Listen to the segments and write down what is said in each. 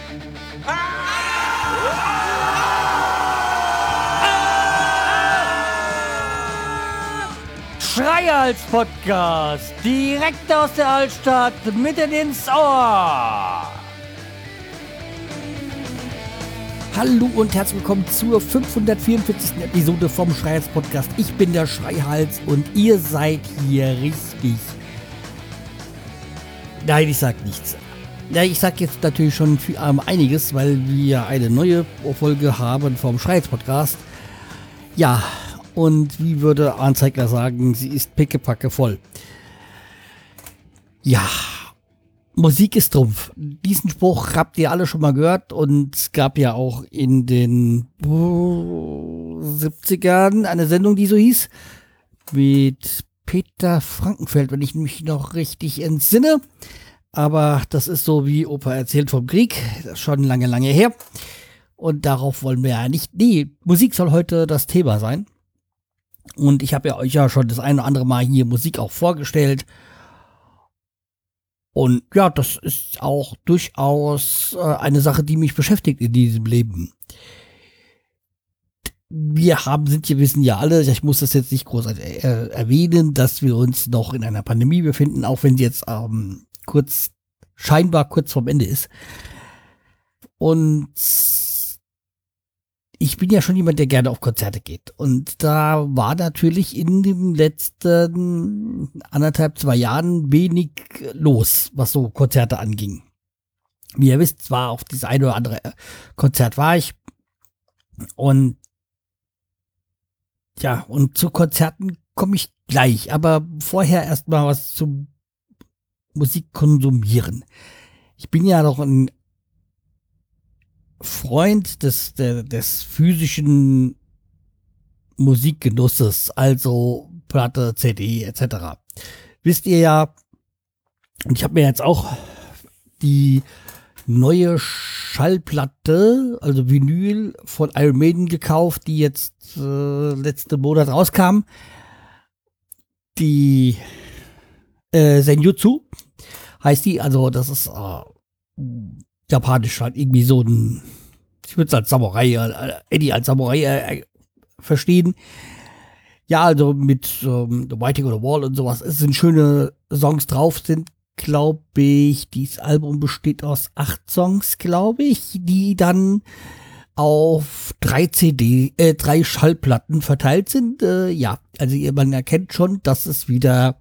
Schreihals Podcast, direkt aus der Altstadt, mitten ins Ohr. Hallo und herzlich willkommen zur 544. Episode vom Schreihals Podcast. Ich bin der Schreihals und ihr seid hier richtig. Nein, ich sag nichts. Ja, ich sag jetzt natürlich schon einiges, weil wir eine neue Folge haben vom Schreihals Podcast. Ja, und wie würde Arndt Zeigler sagen, sie ist pickepacke voll. Ja, Musik ist Trumpf. Diesen Spruch habt ihr alle schon mal gehört und es gab ja auch in den 70ern eine Sendung, die so hieß, mit Peter Frankenfeld, wenn ich mich noch richtig entsinne. Aber das ist so wie Opa erzählt vom Krieg, das ist schon lange, lange her. Und darauf wollen wir ja nicht, nee, Musik soll heute das Thema sein. Und ich habe ja euch ja schon das eine oder andere Mal hier Musik auch vorgestellt. Und ja, das ist auch durchaus eine Sache, die mich beschäftigt in diesem Leben. Wir wissen ja alle, ich muss das jetzt nicht groß erwähnen, dass wir uns noch in einer Pandemie befinden, auch wenn sie jetzt scheinbar kurz vorm Ende ist. Und ich bin ja schon jemand, der gerne auf Konzerte geht. Und da war natürlich in den letzten 2 Jahren wenig los, was so Konzerte anging. Wie ihr wisst, war auf dieses eine oder andere Konzert war ich. Und ja, und zu Konzerten komme ich gleich. Aber vorher erstmal was zum Musik konsumieren. Ich bin ja noch ein Freund des physischen Musikgenusses, also Platte, CD etc. Wisst ihr ja, und ich habe mir jetzt auch die neue Schallplatte, also Vinyl von Iron Maiden gekauft, die jetzt letzten Monat rauskam. Die Senjutsu heißt die, also das ist japanisch halt irgendwie so ein, ich würde es als Samurai, Eddie als Samurai verstehen. Ja, also mit The Writing on the Wall und sowas. Es sind schöne Songs drauf, sind, glaube ich, dieses Album besteht aus 8 Songs, glaube ich, die dann auf 3 Schallplatten verteilt sind. Ja, also man erkennt schon, dass es wieder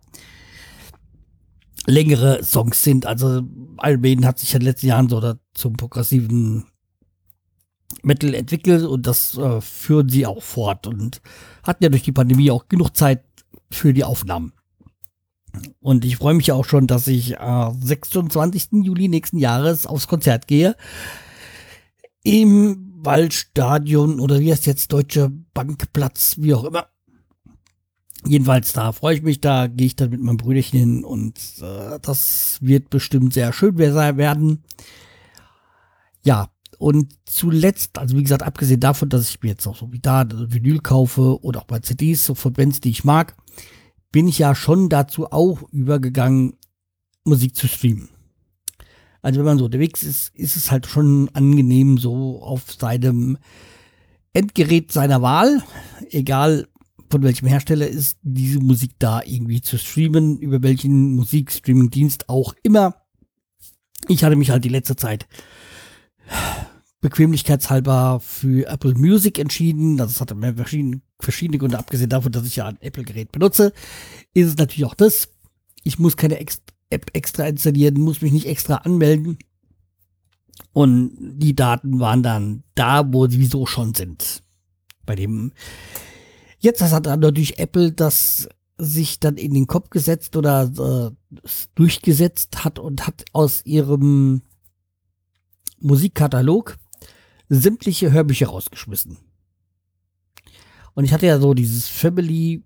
längere Songs sind. Also Iron Maiden hat sich in den letzten Jahren so zum progressiven Metal entwickelt und das führen sie auch fort und hatten ja durch die Pandemie auch genug Zeit für die Aufnahmen. Und ich freue mich ja auch schon, dass ich am 26. Juli nächsten Jahres aufs Konzert gehe. Im Waldstadion oder wie heißt jetzt, Deutsche Bankplatz, wie auch immer. Jedenfalls, da freue ich mich, da gehe ich dann mit meinem Brüderchen hin und das wird bestimmt sehr schön werden. Ja, und zuletzt, also wie gesagt, abgesehen davon, dass ich mir jetzt auch so wie da Vinyl kaufe oder auch bei CDs, so von Bands, die ich mag, bin ich ja schon dazu auch übergegangen, Musik zu streamen. Also wenn man so unterwegs ist, ist es halt schon angenehm, so auf seinem Endgerät seiner Wahl, egal von welchem Hersteller ist, diese Musik da irgendwie zu streamen, über welchen Musikstreaming-Dienst auch immer. Ich hatte mich halt die letzte Zeit bequemlichkeitshalber für Apple Music entschieden. Das hatte mehr verschiedene Gründe, abgesehen davon, dass ich ja ein Apple-Gerät benutze. Ist es natürlich auch das. Ich muss keine App extra installieren, muss mich nicht extra anmelden. Und die Daten waren dann da, wo sie sowieso schon sind. Jetzt hat dann natürlich Apple das sich dann in den Kopf gesetzt oder durchgesetzt hat und hat aus ihrem Musikkatalog sämtliche Hörbücher rausgeschmissen. Und ich hatte ja so dieses Apple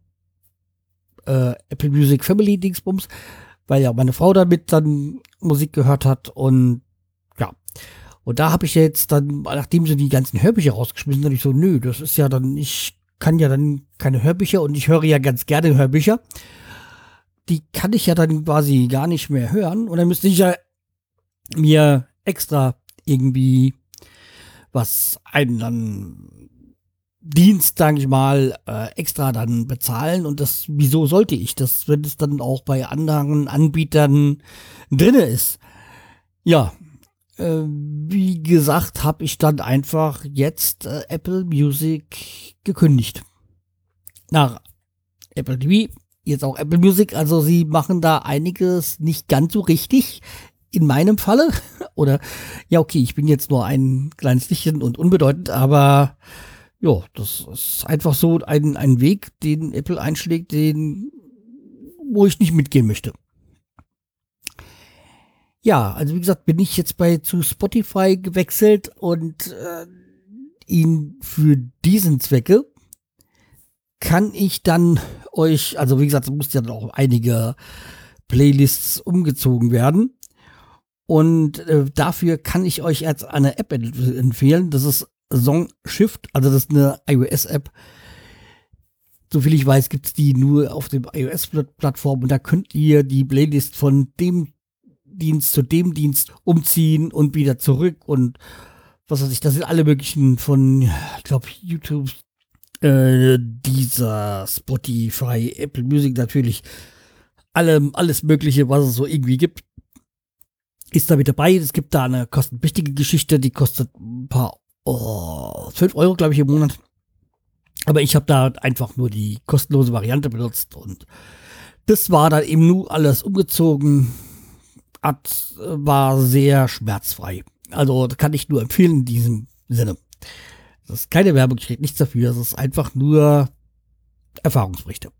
Music Family Dingsbums, weil ja meine Frau damit dann Musik gehört hat und ja. Und da habe ich jetzt dann, nachdem sie die ganzen Hörbücher rausgeschmissen haben, ich so, nö, das ist ja dann, ich kann ja dann keine Hörbücher und ich höre ja ganz gerne Hörbücher. Die kann ich ja dann quasi gar nicht mehr hören und dann müsste ich ja mir extra irgendwie was einen dann Dienst, sage ich mal, extra dann bezahlen. Und das, wieso sollte ich das, wenn es dann auch bei anderen Anbietern drinne ist? Ja, wie gesagt, habe ich dann einfach jetzt Apple Music gekündigt. Nach Apple TV, jetzt auch Apple Music. Also sie machen da einiges nicht ganz so richtig. In meinem Falle. Oder, ja, okay, ich bin jetzt nur ein kleines Lichtchen und unbedeutend, aber ja, das ist einfach so ein Weg, den Apple einschlägt, wo ich nicht mitgehen möchte. Ja, also wie gesagt, bin ich jetzt zu Spotify gewechselt und ihn für diesen Zwecke kann ich dann euch, also wie gesagt, es muss ja dann auch einige Playlists umgezogen werden. Und dafür kann ich euch jetzt eine App empfehlen. Das ist Song Shift, also das ist eine iOS-App. Soviel ich weiß, gibt es die nur auf dem iOS-Plattform. Und da könnt ihr die Playlist von dem Dienst zu dem Dienst umziehen und wieder zurück. Und was weiß ich, das sind alle möglichen von, ich glaube, YouTube, dieser Spotify, Apple Music natürlich. Alles Mögliche, was es so irgendwie gibt, ist da mit dabei. Es gibt da eine kostenpflichtige Geschichte, die kostet ein paar 12 Euro, glaube ich, im Monat. Aber ich habe da einfach nur die kostenlose Variante benutzt und das war dann eben nur alles umgezogen. War sehr schmerzfrei. Also das kann ich nur empfehlen in diesem Sinne. Das ist keine Werbung, steht nichts dafür. Das ist einfach nur Erfahrungsberichte.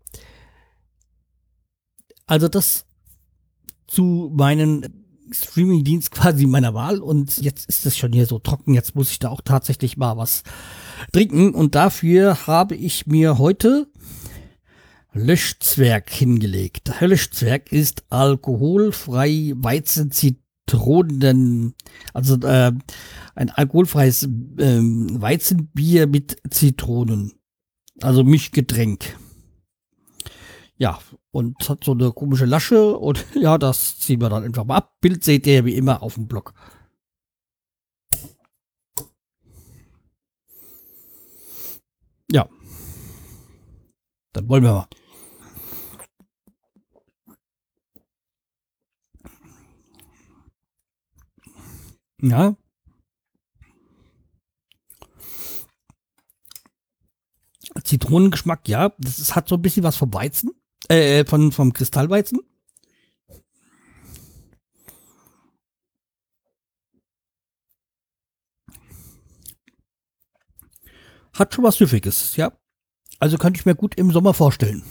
Also das zu meinen Streaming-Dienst quasi meiner Wahl und jetzt ist es schon hier so trocken, jetzt muss ich da auch tatsächlich mal was trinken und dafür habe ich mir heute Löschzwerg hingelegt. Löschzwerg ist alkoholfrei Weizen-Zitronen, also ein alkoholfreies Weizenbier mit Zitronen, also Mischgetränk. Ja, und hat so eine komische Lasche und ja, das ziehen wir dann einfach mal ab. Bild seht ihr wie immer auf dem Blog. Ja, dann wollen wir mal. Ja. Zitronengeschmack, ja, hat so ein bisschen was vom Weizen. Vom Kristallweizen. Hat schon was Süffiges, ja. Also könnte ich mir gut im Sommer vorstellen.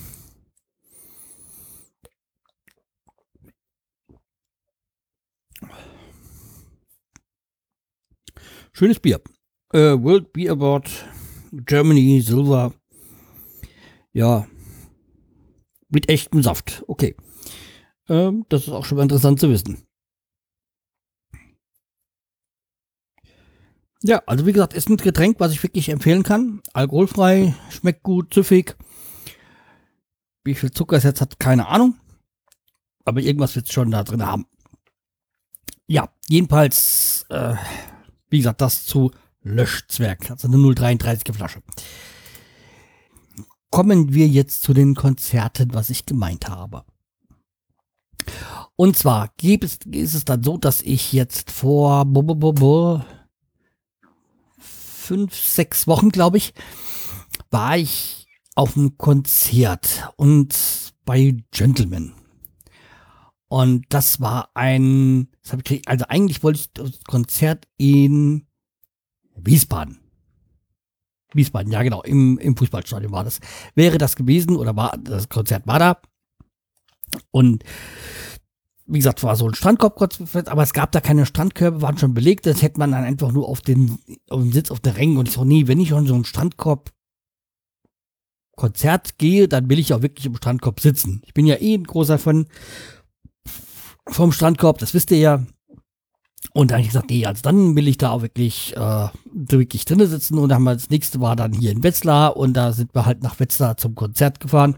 Schönes Bier. World Beer Award, Germany, Silver. Ja. Mit echtem Saft. Okay. Das ist auch schon mal interessant zu wissen. Ja, also wie gesagt, ist ein Getränk, was ich wirklich empfehlen kann. Alkoholfrei, schmeckt gut, süffig. Wie viel Zucker es jetzt hat, keine Ahnung. Aber irgendwas wird es schon da drin haben. Ja, jedenfalls, wie gesagt, das zu Löschzwerg. Also eine 0,33er Flasche. Kommen wir jetzt zu den Konzerten, was ich gemeint habe. Und zwar ist es dann so, dass ich jetzt vor 5-6 Wochen, glaube ich, war ich auf einem Konzert und bei Gentleman. Und das war also eigentlich wollte ich das Konzert in Wiesbaden. Wiesbaden, ja genau, im Fußballstadion war das. Wäre das gewesen oder das Konzert war da. Und wie gesagt, war so ein Strandkorb-Konzert, aber es gab da keine Strandkörbe, waren schon belegt, das hätte man dann einfach nur auf den Sitz auf der Rängen und ich so, nee, wenn ich schon so ein Strandkorb-Konzert gehe, dann will ich auch wirklich im Strandkorb sitzen. Ich bin ja ein großer Fan vom Strandkorb, das wisst ihr ja. Und da habe ich gesagt, nee, also dann will ich da auch wirklich drinnen sitzen. Und dann das nächste war dann hier in Wetzlar und da sind wir halt nach Wetzlar zum Konzert gefahren.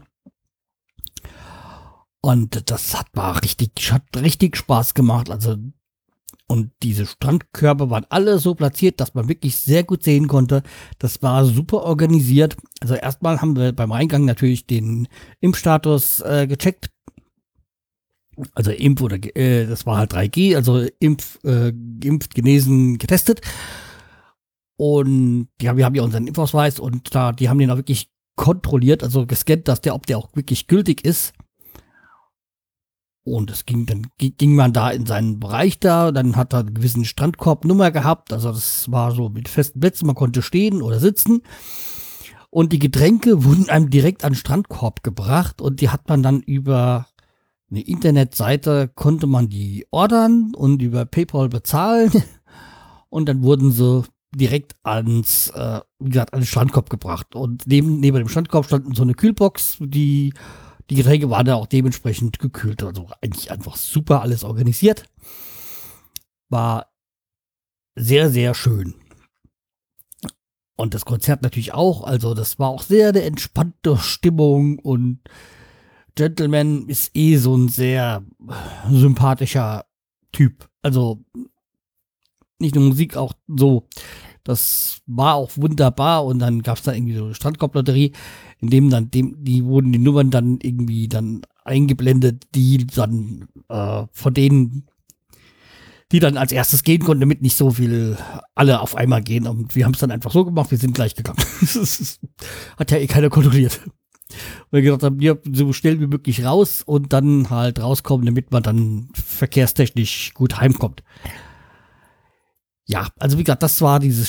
Und das hat richtig Spaß gemacht. Also Und diese Strandkörbe waren alle so platziert, dass man wirklich sehr gut sehen konnte. Das war super organisiert. Also erstmal haben wir beim Eingang natürlich den Impfstatus gecheckt. Also das war halt 3G, also geimpft, genesen, getestet. Und ja, wir haben ja unseren Impfausweis und die haben den auch wirklich kontrolliert, also gescannt, ob der auch wirklich gültig ist. Und dann ging man da in seinen Bereich da, dann hat er einen gewissen Strandkorbnummer gehabt, also das war so mit festen Plätzen, man konnte stehen oder sitzen. Und die Getränke wurden einem direkt an den Strandkorb gebracht und die hat man dann über eine Internetseite, konnte man die ordern und über PayPal bezahlen und dann wurden sie direkt an den Strandkorb gebracht. Und neben dem Strandkorb standen so eine Kühlbox, die Getränke waren da auch dementsprechend gekühlt. Also eigentlich einfach super alles organisiert. War sehr, sehr schön. Und das Konzert natürlich auch. Also das war auch sehr eine entspannte Stimmung. Und Gentleman ist so ein sehr sympathischer Typ. Also nicht nur Musik, auch so. Das war auch wunderbar und dann gab es da irgendwie so eine Strandkorb-Lotterie, in dem dann die wurden die Nummern dann irgendwie dann eingeblendet, die dann von denen, die dann als erstes gehen konnten, damit nicht so viel alle auf einmal gehen. Und wir haben es dann einfach so gemacht, wir sind gleich gegangen. Das hat ja keiner kontrolliert. Und wir gesagt haben, ja, so schnell wie möglich raus und dann halt rauskommen, damit man dann verkehrstechnisch gut heimkommt. Ja, also wie gesagt, das war dieses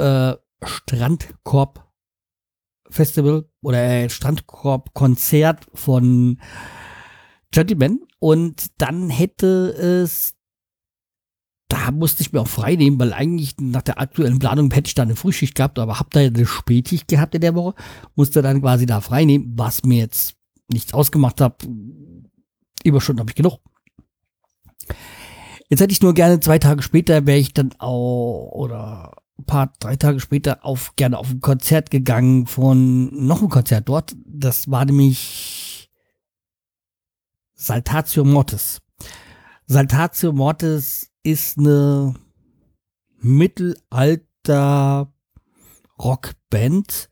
Strandkorb-Festival oder Strandkorb-Konzert von Gentleman. Und dann da musste ich mir auch frei nehmen, weil eigentlich nach der aktuellen Planung hätte ich da eine Frühschicht gehabt, aber habe da eine Spätschicht gehabt in der Woche, musste dann quasi da frei nehmen, was mir jetzt nichts ausgemacht hat. Überstunden habe ich genug. Jetzt hätte ich nur gerne 2 Tage später, wäre ich dann auch, oder 3 Tage später gerne auf ein Konzert gegangen von noch ein Konzert dort. Das war nämlich Saltatio Mortis. Saltatio Mortis ist eine Mittelalter Rockband.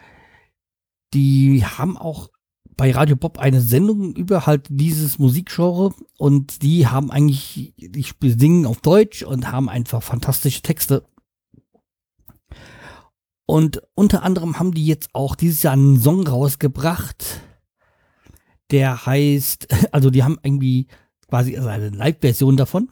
Die haben auch bei Radio Bob eine Sendung über halt dieses Musikgenre und die singen auf Deutsch und haben einfach fantastische Texte. Und unter anderem haben die jetzt auch dieses Jahr einen Song rausgebracht, der heißt, also die haben irgendwie quasi eine Live-Version davon.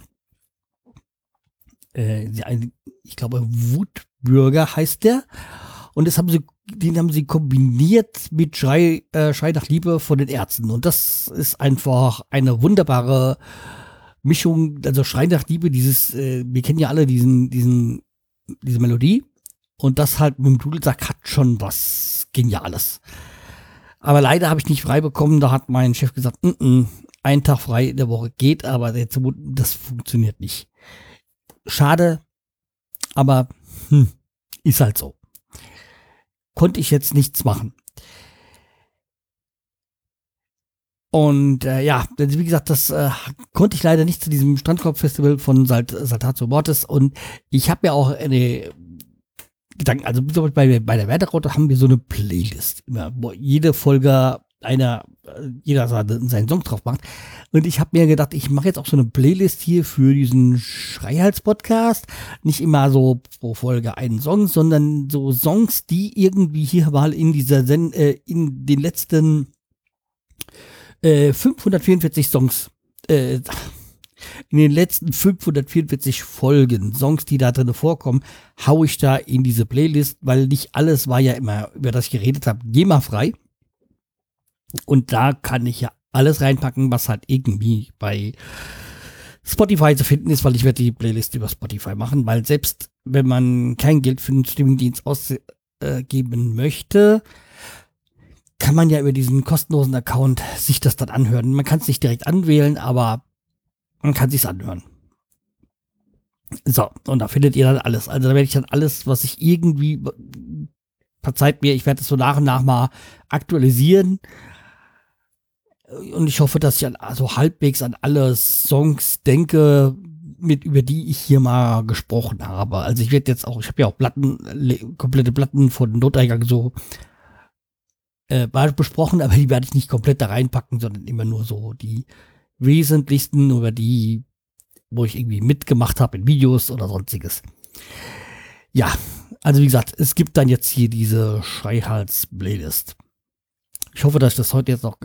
Ich glaube, Wutbürger heißt der. Und den haben sie kombiniert mit Schrei nach Liebe von den Ärzten. Und das ist einfach eine wunderbare Mischung. Also Schrei nach Liebe, wir kennen ja alle diese Melodie. Und das halt mit dem Dudelsack hat schon was Geniales. Aber leider habe ich nicht frei bekommen. Da hat mein Chef gesagt, ein Tag frei in der Woche geht, aber das funktioniert nicht. Schade, aber ist halt so. Konnte ich jetzt nichts machen. Und wie gesagt, das konnte ich leider nicht zu diesem Strandkorb-Festival von Saltatio Mortis. Und ich habe mir auch eine Gedanken, also bei der Werderaute haben wir so eine Playlist, wo jede Folge jeder seinen Song drauf macht. Und ich habe mir gedacht, ich mache jetzt auch so eine Playlist hier für diesen Schreihals-Podcast. Nicht immer so pro Folge einen Song, sondern so Songs, die irgendwie hier mal in in den letzten 544 Songs, in den letzten 544 Folgen, Songs, die da drin vorkommen, hau ich da in diese Playlist, weil nicht alles war ja immer, über das ich geredet habe, GEMA-frei. Und da kann ich ja alles reinpacken, was halt irgendwie bei Spotify zu finden ist, weil ich werde die Playlist über Spotify machen, weil selbst wenn man kein Geld für den Streamingdienst ausgeben möchte, kann man ja über diesen kostenlosen Account sich das dann anhören. Man kann es nicht direkt anwählen, aber man kann sich's anhören. So, und da findet ihr dann alles. Also da werde ich dann alles, was ich irgendwie, verzeiht mir, ich werde es so nach und nach mal aktualisieren. Und ich hoffe, dass ich so halbwegs an alle Songs denke. über die ich hier mal gesprochen habe. Also ich werde jetzt auch, ich habe ja auch komplette Platten von Noteingang so besprochen, aber die werde ich nicht komplett da reinpacken, sondern immer nur so die wesentlichsten, über die, wo ich irgendwie mitgemacht habe in Videos oder sonstiges. Ja, also wie gesagt, es gibt dann jetzt hier diese Schreihals-Playlist. Ich hoffe, dass ich das heute jetzt noch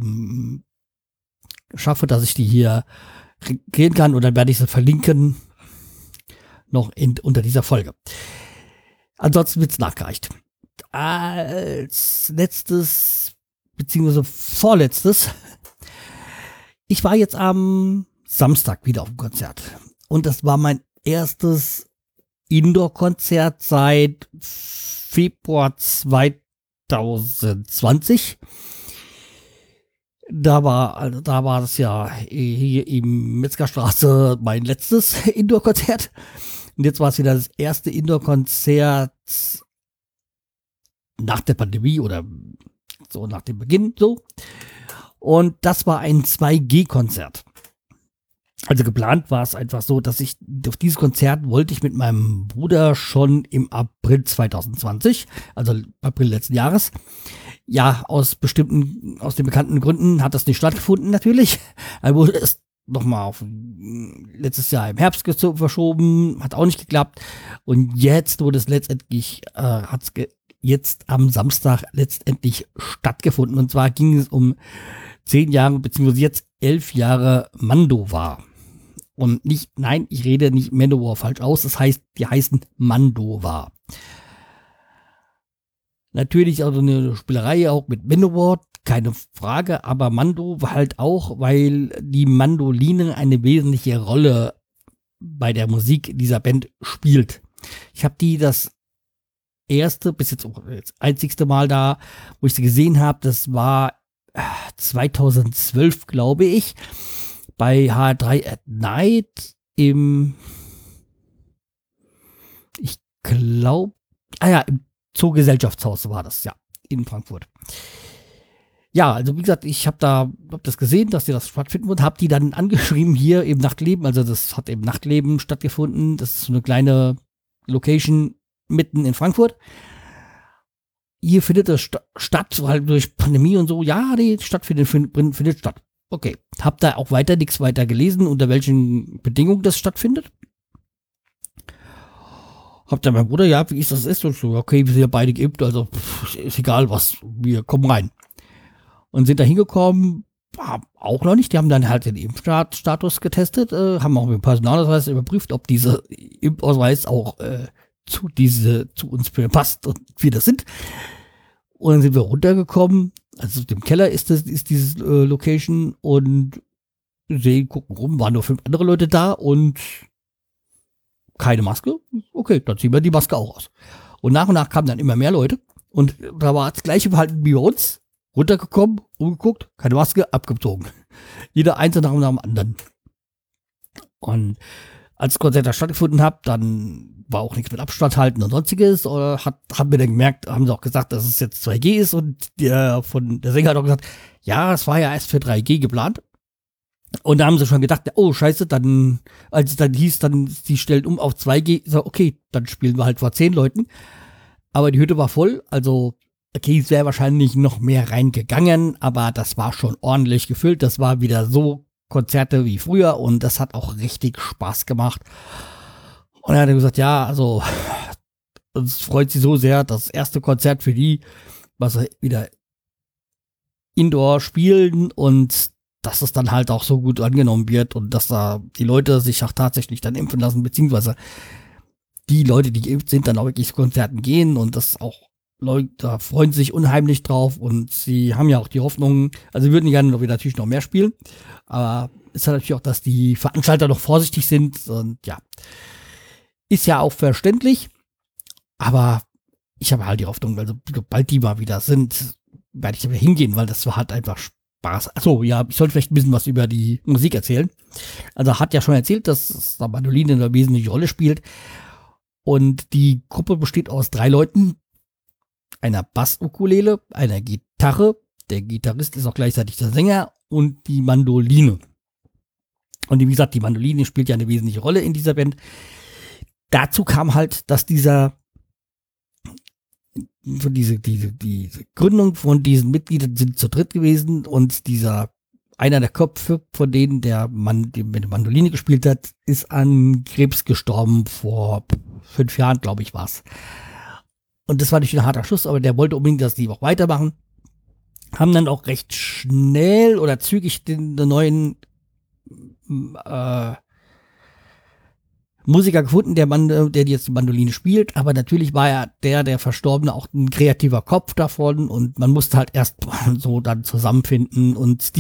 schaffe, dass ich die hier gehen kann und dann werde ich sie verlinken noch unter dieser Folge. Ansonsten wird es nachgereicht. Als letztes, beziehungsweise vorletztes, ich war jetzt am Samstag wieder auf dem Konzert und das war mein erstes Indoor-Konzert seit Februar 2020. Da war das ja hier im Metzgerstraße mein letztes Indoor-Konzert. Und jetzt war es wieder das erste Indoor-Konzert nach der Pandemie oder so nach dem Beginn so. Und das war ein 2G-Konzert. Also geplant war es einfach so, dass ich auf dieses Konzert wollte ich mit meinem Bruder schon im April 2020, also April letzten Jahres. Ja, aus den bekannten Gründen hat das nicht stattgefunden natürlich. Er wurde es nochmal auf letztes Jahr im Herbst verschoben, hat auch nicht geklappt. Und jetzt wurde es letztendlich, jetzt am Samstag letztendlich stattgefunden. Und zwar ging es um 10 Jahre, beziehungsweise jetzt 11 Jahre Mandovar. Und nicht, nein, ich rede nicht Manowar falsch aus, das heißt, die heißen Mandovar. Natürlich also eine Spielerei auch mit Manowar, keine Frage, aber Mando halt auch, weil die Mandoline eine wesentliche Rolle bei der Musik dieser Band spielt. Ich habe die das erste, bis jetzt auch das einzigste Mal da, wo ich sie gesehen habe, das war 2012, glaube ich, bei HR3 at Night im Zoogesellschaftshaus war das, ja, in Frankfurt. Ja, also wie gesagt, ich hab das gesehen, dass die das stattfinden und habe die dann angeschrieben hier im Nachtleben, also das hat im Nachtleben stattgefunden, das ist so eine kleine Location mitten in Frankfurt. Hier findet das statt, weil durch Pandemie und so, ja, die Stadt findet statt. Okay, hab da auch nichts weiter gelesen, unter welchen Bedingungen das stattfindet. Hab dann mein Bruder, ja, wie ist das ist? Und so, okay, wir sind ja beide geimpft, also ist egal was, wir kommen rein. Und sind da hingekommen, auch noch nicht, die haben dann halt den Impfstatus getestet, haben auch mit dem Personalausweis überprüft, ob dieser Impfausweis auch zu uns passt und wir das sind. Und dann sind wir runtergekommen, also im Keller ist diese Location und gucken rum, waren nur 5 andere Leute da und keine Maske. Okay, dann ziehen wir die Maske auch aus. Und nach kamen dann immer mehr Leute und da war das gleiche Verhalten wie bei uns. Runtergekommen, umgeguckt, keine Maske, abgezogen. Jeder einzelne nach dem anderen. Und als das Konzert da stattgefunden hat, dann war auch nichts mit Abstand halten und sonstiges. Oder haben wir dann gemerkt, haben sie auch gesagt, dass es jetzt 2G ist und der Sänger hat auch gesagt, ja, es war ja erst für 3G geplant. Und da haben sie schon gedacht, oh scheiße, dann, als es dann hieß, sie stellen um auf 2G, so okay, dann spielen wir halt vor 10 Leuten. Aber die Hütte war voll, also okay, es wäre wahrscheinlich noch mehr reingegangen, aber das war schon ordentlich gefüllt. Das war wieder so Konzerte wie früher und das hat auch richtig Spaß gemacht. Und er hat gesagt, ja, also uns freut sie so sehr, das erste Konzert für die, was sie wieder Indoor spielen und dass es dann halt auch so gut angenommen wird und dass da die Leute sich auch tatsächlich dann impfen lassen, beziehungsweise die Leute, die geimpft sind, dann auch wirklich zu Konzerten gehen und das auch Leute da freuen sich unheimlich drauf und sie haben ja auch die Hoffnung, also sie würden gerne natürlich noch mehr spielen, aber es ist halt natürlich auch, dass die Veranstalter noch vorsichtig sind und ja, ist ja auch verständlich, aber ich habe halt die Hoffnung, also sobald die mal wieder sind, werde ich da wieder hingehen, weil das war halt einfach Spaß. Achso, ja, ich sollte vielleicht ein bisschen was über die Musik erzählen. Also hat ja schon erzählt, dass da Mandoline eine wesentliche Rolle spielt und die Gruppe besteht aus 3 Leuten, einer Bass-Ukulele, einer Gitarre, der Gitarrist ist auch gleichzeitig der Sänger und die Mandoline. Und wie gesagt, die Mandoline spielt ja eine wesentliche Rolle in dieser Band. Dazu kam halt, dass diese Gründung von diesen Mitgliedern sind zu dritt gewesen und einer der Köpfe von denen, der mit der Mandoline gespielt hat, ist an Krebs gestorben vor 5 Jahren, glaube ich, war's. Und das war natürlich ein harter Schuss, aber der wollte unbedingt, dass die auch weitermachen. Haben dann auch recht schnell oder zügig den neuen Musiker gefunden, der jetzt die Mandoline spielt, aber natürlich war ja der Verstorbene auch ein kreativer Kopf davon und man musste halt erst so dann zusammenfinden und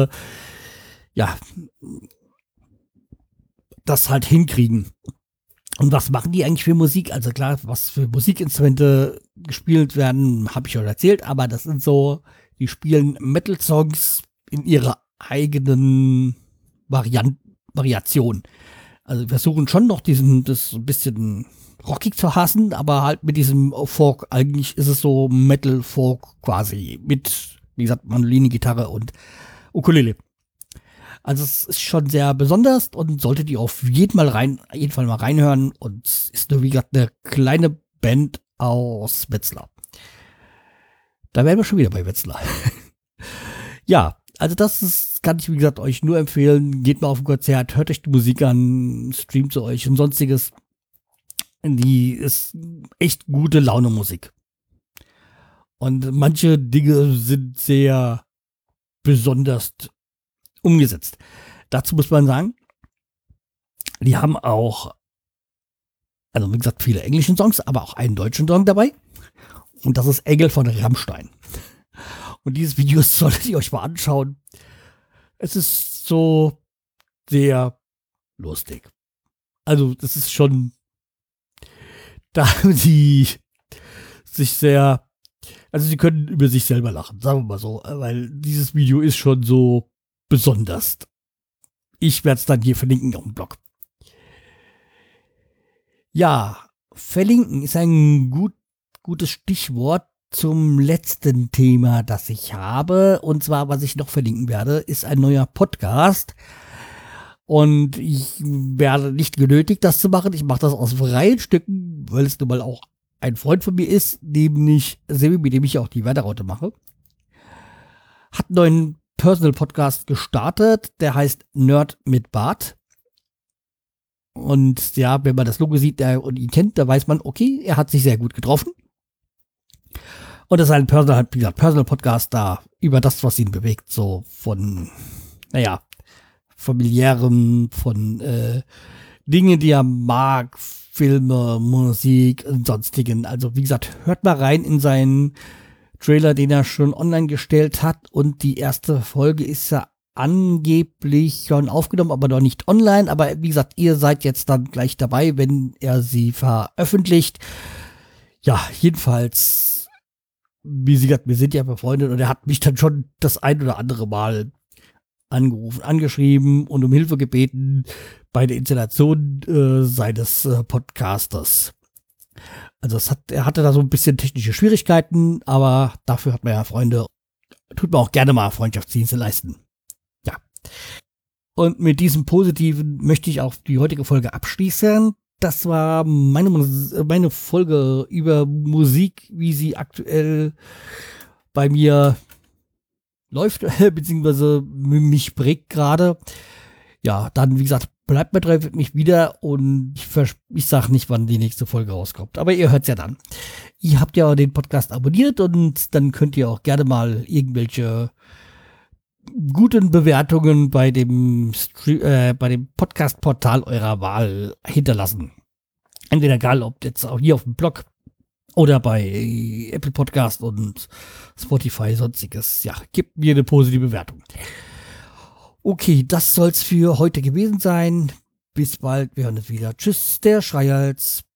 das halt hinkriegen. Und was machen die eigentlich für Musik? Also klar, was für Musikinstrumente gespielt werden, habe ich schon erzählt, aber das sind so, die spielen Metal-Songs in ihrer eigenen Variation. Also wir versuchen schon noch das ein bisschen rockig zu hassen, aber halt mit diesem Folk, eigentlich ist es so Metal-Folk quasi, mit, wie gesagt, Mandoline, Gitarre und Ukulele. Also es ist schon sehr besonders und solltet ihr auf jeden Fall mal reinhören und ist nur, wie gesagt, eine kleine Band aus Wetzlar. Da wären wir schon wieder bei Wetzlar. Ja, also kann ich, wie gesagt, euch nur empfehlen. Geht mal auf ein Konzert, hört euch die Musik an, streamt zu euch und sonstiges. Die ist echt gute Laune Musik. Und manche Dinge sind sehr besonders umgesetzt. Dazu muss man sagen, die haben auch, also wie gesagt, viele englische Songs, aber auch einen deutschen Song dabei. Und das ist Engel von Rammstein. Und dieses Video solltet ihr euch mal anschauen. Es ist so sehr lustig. Also, das ist schon, da haben sie sich sehr, also sie können über sich selber lachen, sagen wir mal so, weil dieses Video ist schon so besonders. Ich werde es dann hier verlinken auf dem Blog. Ja, verlinken ist ein gutes Stichwort zum letzten Thema, das ich habe. Und zwar, was ich noch verlinken werde, ist ein neuer Podcast. Und ich werde nicht genötigt, das zu machen. Ich mache das aus freien Stücken, weil es nun mal auch ein Freund von mir ist, nämlich Sebi, mit dem ich auch die Wetterraute mache. Hat einen neuen Personal Podcast gestartet, der heißt Nerd mit Bart. Und ja, wenn man das Logo sieht und ihn kennt, da weiß man, okay, er hat sich sehr gut getroffen. Und das ist ein Personal Podcast da über das, was ihn bewegt, so von, familiärem, von Dingen, die er mag, Filme, Musik und sonstigen. Also wie gesagt, hört mal rein in seinen Trailer, den er schon online gestellt hat. Und die erste Folge ist ja angeblich schon aufgenommen, aber noch nicht online. Aber wie gesagt, ihr seid jetzt dann gleich dabei, wenn er sie veröffentlicht. Ja, jedenfalls, wie gesagt, wir sind ja befreundet und er hat mich dann schon das ein oder andere Mal angerufen, angeschrieben und um Hilfe gebeten bei der Installation seines Podcasters. Also er hatte da so ein bisschen technische Schwierigkeiten, aber dafür hat man ja Freunde. Tut man auch gerne mal Freundschaftsdienste leisten. Ja. Und mit diesem Positiven möchte ich auch die heutige Folge abschließen. Das war meine Folge über Musik, wie sie aktuell bei mir läuft, beziehungsweise mich prägt gerade. Ja, dann, wie gesagt, bleibt mir treu, mich wieder und ich sag nicht, wann die nächste Folge rauskommt. Aber ihr hört's ja dann. Ihr habt ja den Podcast abonniert und dann könnt ihr auch gerne mal irgendwelche guten Bewertungen bei dem Podcast-Portal eurer Wahl hinterlassen. Entweder egal, ob jetzt auch hier auf dem Blog oder bei Apple Podcast und Spotify, sonstiges. Ja, gebt mir eine positive Bewertung. Okay, das soll's für heute gewesen sein. Bis bald, wir hören uns wieder. Tschüss, der Schreihals.